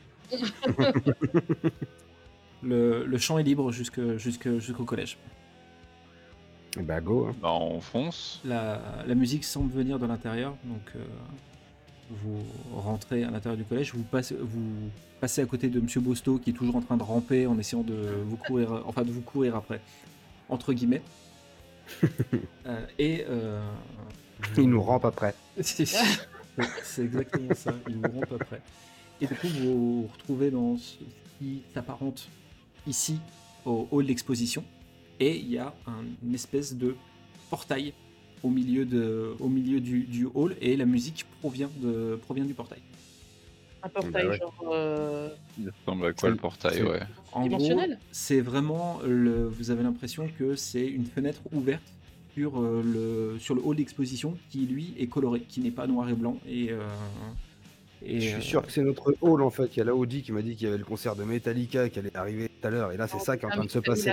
Speaker 4: le, le champ est libre jusque, jusque, jusqu'au collège.
Speaker 2: Et bah, go. Hein.
Speaker 3: Bah, on fonce.
Speaker 4: La, la musique semble venir de l'intérieur, donc euh, vous rentrez à l'intérieur du collège, vous passez, vous passez à côté de Monsieur Bosto qui est toujours en train de ramper en essayant de vous courir, enfin de vous courir après, entre guillemets. Euh, et euh,
Speaker 2: Il nous rampe après.
Speaker 4: c'est c'est exactement ça, ils vous rampe après. Et du coup, vous vous retrouvez dans ce qui s'apparente ici au hall d'exposition, et il y a un, une espèce de portail au milieu, de, au milieu du, du hall, et la musique provient, de, provient du portail.
Speaker 1: Un portail
Speaker 2: Bah ouais.
Speaker 1: genre euh,
Speaker 3: Il ressemble à quoi
Speaker 2: C'est-
Speaker 3: le portail,
Speaker 2: c'est-
Speaker 3: ouais.
Speaker 4: En
Speaker 1: dimensionnel.
Speaker 4: gros, c'est vraiment, le, vous avez l'impression que c'est une fenêtre ouverte sur, euh, le, sur le hall d'exposition qui, lui, est coloré, qui n'est pas noir et blanc. Et, euh, et,
Speaker 2: Je
Speaker 4: euh,
Speaker 2: suis sûr que c'est notre hall, en fait. Il y a la Audi qui m'a dit qu'il y avait le concert de Metallica qui allait arriver tout à l'heure. Et là, c'est ça qui est en train de se passer.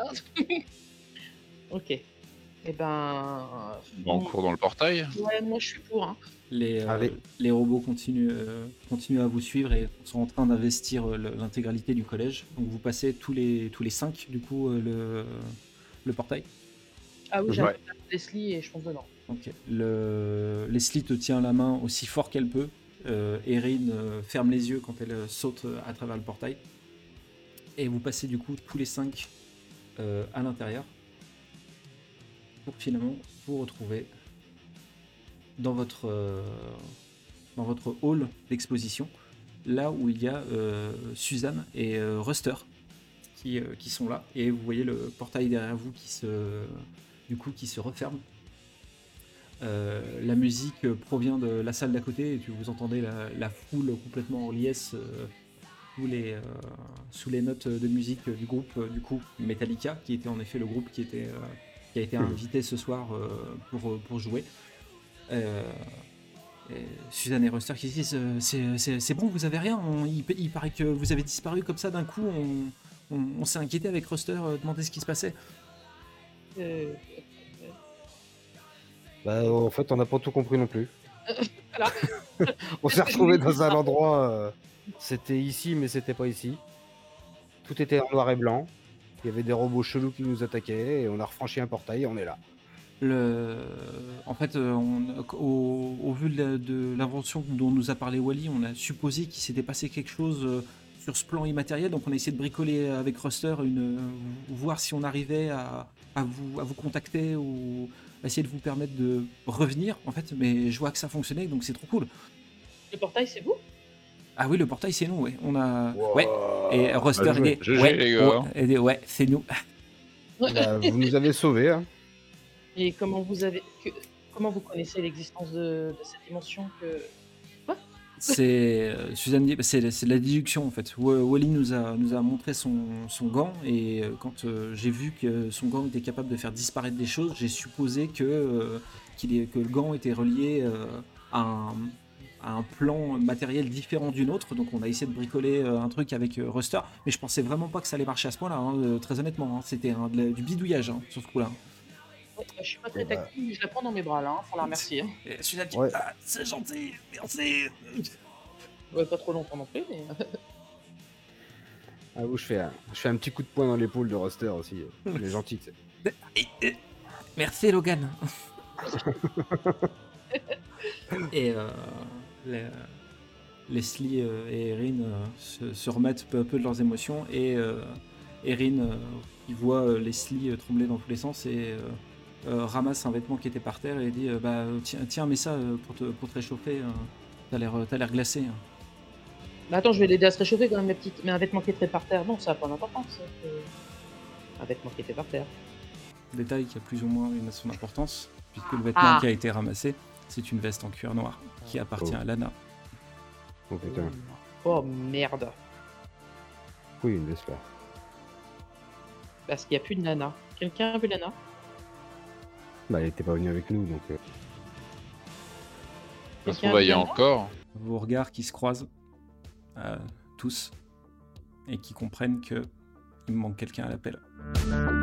Speaker 1: Ok. Et ben.
Speaker 3: Bon, on court dans le portail.
Speaker 1: Ouais, moi je suis pour. Hein.
Speaker 4: les, euh,
Speaker 2: Allez.
Speaker 4: les robots continuent, euh, continuent à vous suivre et sont en train d'investir euh, le- l'intégralité du collège. Donc vous passez tous les, tous les cinq, du coup, euh, le, le portail.
Speaker 1: Ah oui,
Speaker 2: Ouais.
Speaker 1: j'appelle Leslie et je fonce dedans.
Speaker 4: Ok. Le... Leslie te tient la main aussi fort qu'elle peut. Euh, Erin euh, ferme les yeux quand elle euh, saute euh, à travers le portail. Et vous passez du coup tous les cinq euh, à l'intérieur pour finalement vous retrouver dans votre, euh, dans votre hall d'exposition, là où il y a euh, Suzanne et euh, Ruster qui, euh, qui sont là. Et vous voyez le portail derrière vous qui se, du coup, qui se referme. Euh, la musique provient de la salle d'à côté et tu vous entendez la, la foule complètement en liesse euh, sous, les, euh, sous les notes de musique du groupe euh, du coup Metallica, qui était en effet le groupe qui, était, euh, qui a été invité ce soir euh, pour, pour jouer. Euh, et Suzanne et Ruster qui disent euh, c'est, c'est, c'est bon, vous avez rien, on- il, il paraît que vous avez disparu comme ça d'un coup, on, on, on s'est inquiété avec Ruster, euh, demander ce qui se passait.
Speaker 1: Euh,
Speaker 2: Bah, en fait, on n'a pas tout compris non plus.
Speaker 1: Voilà.
Speaker 2: On s'est retrouvé dans un endroit. euh, C'était ici, mais c'était pas ici. Tout était en noir et blanc. Il y avait des robots chelous qui nous attaquaient et on a refranchi un portail et on est là.
Speaker 4: Le... En fait, euh, on- au, au vu de, la- de l'invention dont nous a parlé Wally, on a supposé qu'il s'était passé quelque chose euh, sur ce plan immatériel, donc on a essayé de bricoler avec Ruster, une, euh, voir si on arrivait à, à, vous, à vous contacter ou essayer de vous permettre de revenir, en fait, mais je vois que ça fonctionnait, donc c'est trop cool.
Speaker 1: Le portail, c'est vous?
Speaker 4: Ah oui, le portail, c'est nous, ouais. On a... Ouais. Et Ruster,
Speaker 2: Bah,
Speaker 4: il
Speaker 2: joué.
Speaker 4: est...
Speaker 3: G G,
Speaker 4: ouais,
Speaker 3: les gars.
Speaker 4: ouais, il est- ouais, c'est nous.
Speaker 2: Bah, vous nous avez sauvés. Hein.
Speaker 1: Et comment vous avez. Que... Comment vous connaissez l'existence de... de cette dimension que.
Speaker 4: C'est euh, Suzanne dit- c'est c'est de la déduction en fait. Wa- Wally nous a nous a montré son, son gant et euh, quand euh, j'ai vu que son gant était capable de faire disparaître des choses, j'ai supposé que euh, qu'il est que le gant était relié euh, à, un, à un plan matériel différent du nôtre. Donc on a essayé de bricoler euh, un truc avec euh, Ruster, mais je pensais vraiment pas que ça allait marcher à ce point-là. Hein, euh, très honnêtement, hein. C'était un- de la- du bidouillage hein, sur ce coup-là.
Speaker 1: Ouais, bah, je suis pas très
Speaker 2: Eh bah.
Speaker 1: tactile, mais je la prends dans mes bras là, hein, pour la remercier. Hein.
Speaker 4: Et celui-là dit
Speaker 2: Ouais.
Speaker 4: ah, c'est gentil, merci.
Speaker 1: Ouais, pas trop longtemps non plus, mais.
Speaker 2: Ah vous, je fais, un, je fais un petit coup de poing dans l'épaule de Roster aussi. Il est gentil, tu sais.
Speaker 4: Et- et- Merci Logan. Et euh, les- Leslie euh, et Erin euh, se, se remettent peu à peu de leurs émotions et euh, Erin, euh, il voit euh, Leslie euh, trembler dans tous les sens et euh, euh, ramasse un vêtement qui était par terre et dit euh, bah tiens, tiens mets ça euh, pour te, pour te réchauffer, euh, t'as l'air, t'as l'air glacé. Hein.
Speaker 1: Mais attends, je vais l'aider à se réchauffer quand même, la petite. Mais un vêtement qui est très par terre, non, ça n'a pas d'importance. euh, Un vêtement qui était par terre.
Speaker 4: Détail qui a plus ou moins une son importance puisque le vêtement
Speaker 1: Ah.
Speaker 4: qui a été ramassé, c'est une veste en cuir noir qui appartient
Speaker 2: Oh.
Speaker 4: à Lana.
Speaker 2: Oh putain.
Speaker 1: Oh merde.
Speaker 2: Oui, une Vesper.
Speaker 1: Parce qu'il n'y a plus de Nana. Quelqu'un a vu Lana?
Speaker 2: Bah, elle était pas venue avec nous, donc. euh,
Speaker 3: Ça se
Speaker 1: Quelqu'un
Speaker 3: trouve, bah, il y a
Speaker 1: vient de
Speaker 3: encore.
Speaker 4: Vos regards qui se croisent, euh, tous, et qui comprennent que il me manque quelqu'un à l'appel.